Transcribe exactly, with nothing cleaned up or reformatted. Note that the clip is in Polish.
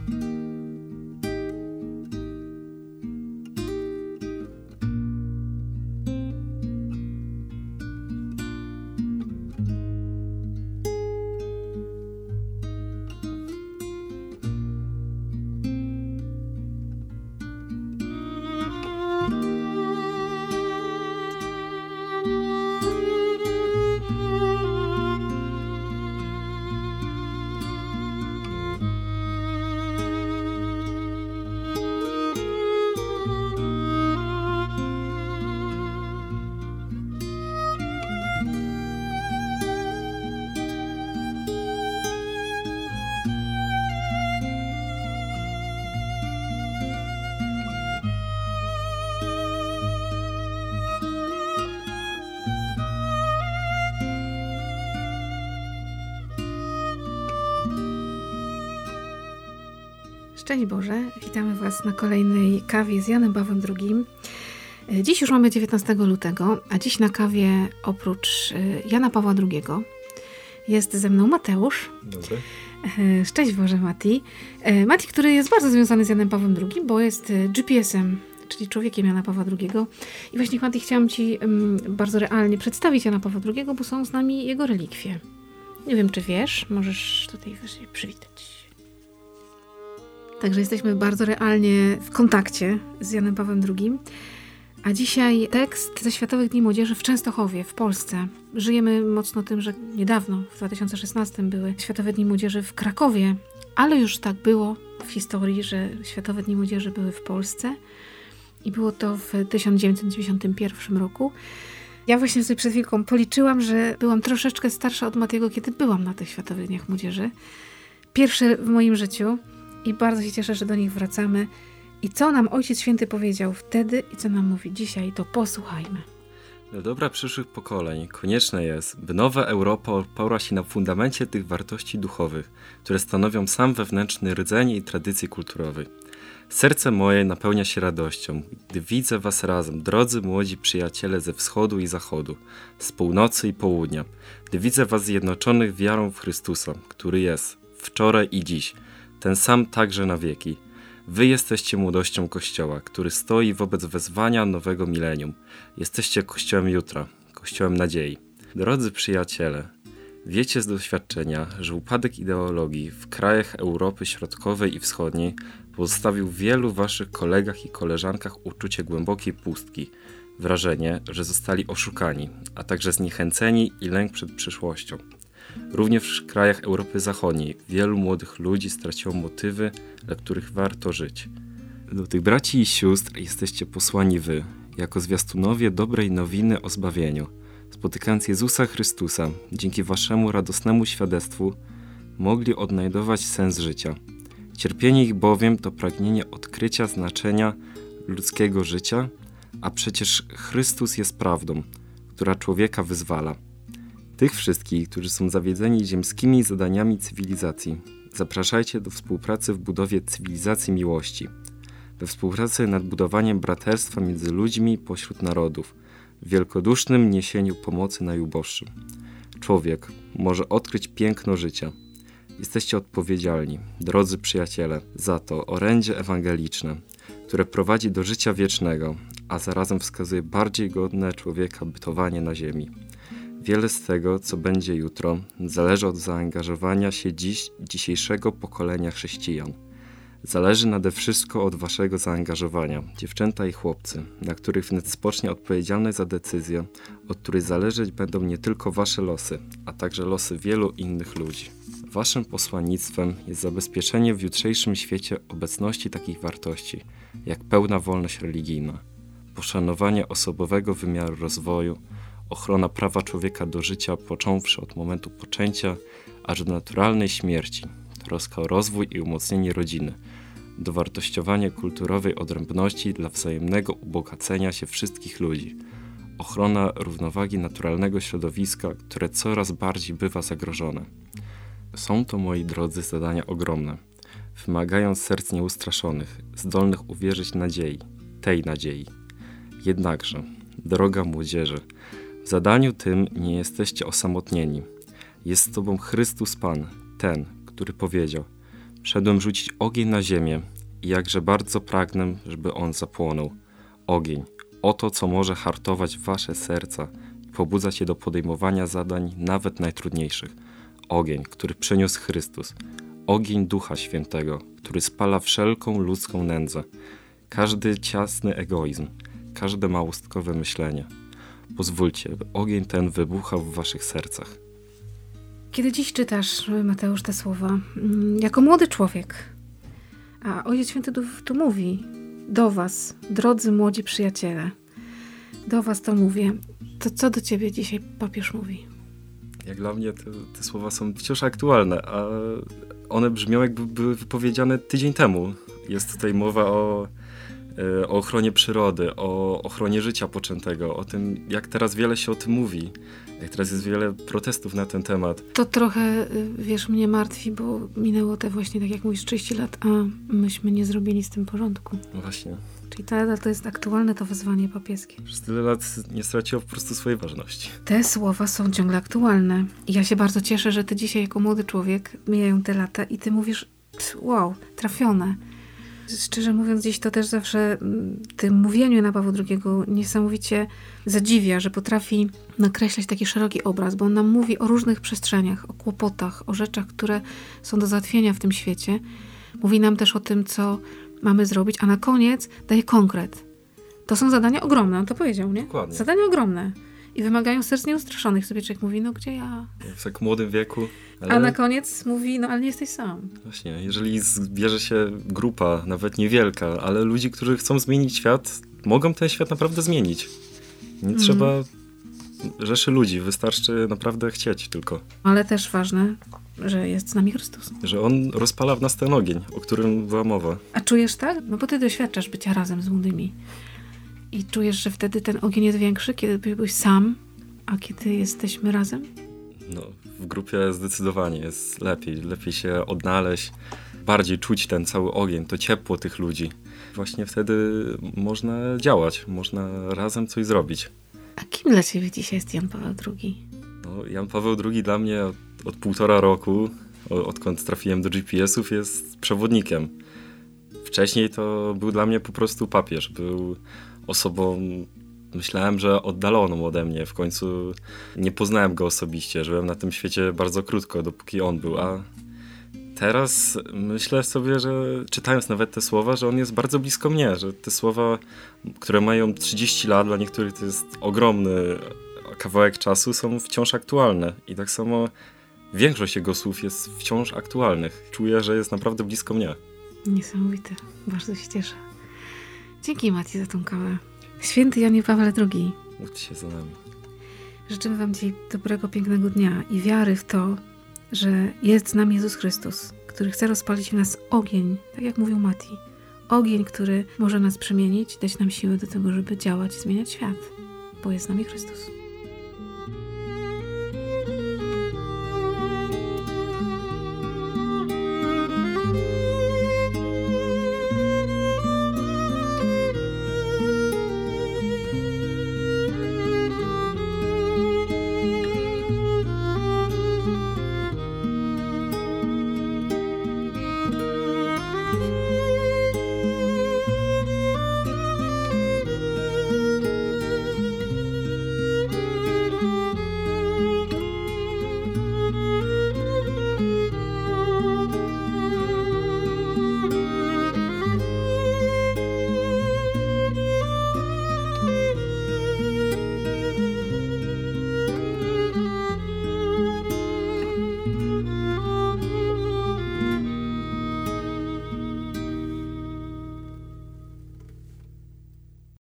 Szczęść Boże, witamy Was na kolejnej kawie z Janem Pawłem drugim. Dziś już mamy dziewiętnastego lutego, a dziś na kawie oprócz Jana Pawła drugiego jest ze mną Mateusz. Dobry. Szczęść Boże, Mati. Mati, który jest bardzo związany z Janem Pawłem drugim, bo jest G P S-em, czyli człowiekiem Jana Pawła drugiego. I właśnie, Mati, chciałam Ci um, bardzo realnie przedstawić Jana Pawła drugiego, bo są z nami jego relikwie. Nie wiem, czy wiesz, możesz tutaj się przywitać. Także jesteśmy bardzo realnie w kontakcie z Janem Pawłem drugim. A dzisiaj tekst ze Światowych Dni Młodzieży w Częstochowie, w Polsce. Żyjemy mocno tym, że niedawno, w dwa tysiące szesnastym, były Światowe Dni Młodzieży w Krakowie, ale już tak było w historii, że Światowe Dni Młodzieży były w Polsce i było to w tysiąc dziewięćset dziewięćdziesiątym pierwszym roku. Ja właśnie sobie przed chwilką policzyłam, że byłam troszeczkę starsza od Matiego, kiedy byłam na tych Światowych Dniach Młodzieży. Pierwsze w moim życiu. I bardzo się cieszę, że do nich wracamy. I co nam Ojciec Święty powiedział wtedy i co nam mówi dzisiaj, to posłuchajmy. Dla dobra przyszłych pokoleń konieczne jest, by nowa Europa oparła się na fundamencie tych wartości duchowych, które stanowią sam wewnętrzny rdzeń i tradycji kulturowej. Serce moje napełnia się radością, gdy widzę was razem, drodzy młodzi przyjaciele ze wschodu i zachodu, z północy i południa, gdy widzę was zjednoczonych wiarą w Chrystusa, który jest wczoraj i dziś, ten sam także na wieki. Wy jesteście młodością Kościoła, który stoi wobec wezwania nowego milenium. Jesteście Kościołem jutra, Kościołem nadziei. Drodzy przyjaciele, wiecie z doświadczenia, że upadek ideologii w krajach Europy Środkowej i Wschodniej pozostawił w wielu waszych kolegach i koleżankach uczucie głębokiej pustki, wrażenie, że zostali oszukani, a także zniechęceni i lęk przed przyszłością. Również w krajach Europy Zachodniej wielu młodych ludzi straciło motywy, dla których warto żyć. Do tych braci i sióstr jesteście posłani wy, jako zwiastunowie dobrej nowiny o zbawieniu. Spotykając Jezusa Chrystusa, dzięki waszemu radosnemu świadectwu, mogli odnajdować sens życia. Cierpienie ich bowiem to pragnienie odkrycia znaczenia ludzkiego życia, a przecież Chrystus jest prawdą, która człowieka wyzwala. Tych wszystkich, którzy są zawiedzeni ziemskimi zadaniami cywilizacji, zapraszajcie do współpracy w budowie cywilizacji miłości, we współpracy nad budowaniem braterstwa między ludźmi pośród narodów, w wielkodusznym niesieniu pomocy najuboższym. Człowiek może odkryć piękno życia. Jesteście odpowiedzialni, drodzy przyjaciele, za to orędzie ewangeliczne, które prowadzi do życia wiecznego, a zarazem wskazuje bardziej godne człowieka bytowanie na ziemi. Wiele z tego, co będzie jutro, zależy od zaangażowania się dziś, dzisiejszego pokolenia chrześcijan. Zależy nade wszystko od waszego zaangażowania, dziewczęta i chłopcy, na których wnet spocznie odpowiedzialność za decyzję, od której zależeć będą nie tylko wasze losy, a także losy wielu innych ludzi. Waszym posłannictwem jest zabezpieczenie w jutrzejszym świecie obecności takich wartości, jak pełna wolność religijna, poszanowanie osobowego wymiaru rozwoju, ochrona prawa człowieka do życia począwszy od momentu poczęcia aż do naturalnej śmierci, troska o rozwój i umocnienie rodziny, dowartościowanie kulturowej odrębności dla wzajemnego ubogacenia się wszystkich ludzi, ochrona równowagi naturalnego środowiska, które coraz bardziej bywa zagrożone. Są to, moi drodzy, zadania ogromne, wymagają serc nieustraszonych, zdolnych uwierzyć nadziei, tej nadziei. Jednakże, droga młodzieży, w zadaniu tym nie jesteście osamotnieni. Jest z tobą Chrystus Pan, ten, który powiedział: Szedłem rzucić ogień na ziemię i jakże bardzo pragnę, żeby on zapłonął. Ogień, oto co może hartować wasze serca i pobudzać je do podejmowania zadań nawet najtrudniejszych. Ogień, który przyniósł Chrystus. Ogień Ducha Świętego, który spala wszelką ludzką nędzę. Każdy ciasny egoizm, każde małostkowe myślenie. Pozwólcie, by ogień ten wybuchał w waszych sercach. Kiedy dziś czytasz, Mateusz, te słowa, jako młody człowiek, a Ojciec Święty tu, tu mówi do was, drodzy młodzi przyjaciele, do was to mówię, to co do ciebie dzisiaj papież mówi? Jak dla mnie te, te słowa są wciąż aktualne, a one brzmią jakby były wypowiedziane tydzień temu. Jest tutaj mowa o, o ochronie przyrody, o ochronie życia poczętego, o tym, jak teraz wiele się o tym mówi, jak teraz jest wiele protestów na ten temat. To trochę, wiesz, mnie martwi, bo minęło te właśnie, tak jak mówisz, trzydzieści lat, a myśmy nie zrobili z tym porządku. No właśnie. Czyli tyle to jest aktualne to wezwanie papieskie. Przez tyle lat nie straciło po prostu swojej ważności. Te słowa są ciągle aktualne. I ja się bardzo cieszę, że ty dzisiaj jako młody człowiek, mijają te lata i ty mówisz, wow, trafione. Szczerze mówiąc, gdzieś to też zawsze tym mówieniu Jana Pawła drugiego niesamowicie zadziwia, że potrafi nakreślać taki szeroki obraz, bo on nam mówi o różnych przestrzeniach, o kłopotach, o rzeczach, które są do załatwienia w tym świecie. Mówi nam też o tym, co mamy zrobić, a na koniec daje konkret. To są zadania ogromne, on to powiedział, nie? Dokładnie. Zadania ogromne. I wymagają serc nieustraszonych. Sobie człowiek mówi, no gdzie ja? W tak młodym wieku. Ale... A na koniec mówi, no ale nie jesteś sam. Właśnie, jeżeli zbierze się grupa, nawet niewielka, ale ludzi, którzy chcą zmienić świat, mogą ten świat naprawdę zmienić. Nie mm. trzeba rzeszy ludzi, wystarczy naprawdę chcieć tylko. Ale też ważne, że jest z nami Chrystus. Że On rozpala w nas ten ogień, o którym była mowa. A czujesz tak? No bo ty doświadczasz bycia razem z młodymi. I czujesz, że wtedy ten ogień jest większy, kiedy byłeś sam, a kiedy jesteśmy razem? No, w grupie zdecydowanie jest lepiej. Lepiej się odnaleźć, bardziej czuć ten cały ogień, to ciepło tych ludzi. Właśnie wtedy można działać, można razem coś zrobić. A kim dla ciebie dzisiaj jest Jan Paweł drugi? No, Jan Paweł drugi dla mnie od, od półtora roku, od, odkąd trafiłem do G P S-ów, jest przewodnikiem. Wcześniej to był dla mnie po prostu papież. Był osobą, myślałem, że oddaloną ode mnie. W końcu nie poznałem go osobiście. Żyłem na tym świecie bardzo krótko, dopóki on był. A teraz myślę sobie, że czytając nawet te słowa, że on jest bardzo blisko mnie. Że te słowa, które mają trzydzieści lat, dla niektórych to jest ogromny kawałek czasu, są wciąż aktualne. I tak samo większość jego słów jest wciąż aktualnych. Czuję, że jest naprawdę blisko mnie. Niesamowite. Bardzo się cieszę. Dzięki, Mati, za tą kawę. Święty Janie Pawle drugi. Módl się za nami. Życzymy wam dzisiaj dobrego, pięknego dnia i wiary w to, że jest z nami Jezus Chrystus, który chce rozpalić w nas ogień, tak jak mówił Mati. Ogień, który może nas przemienić, dać nam siłę do tego, żeby działać i zmieniać świat, bo jest z nami Chrystus.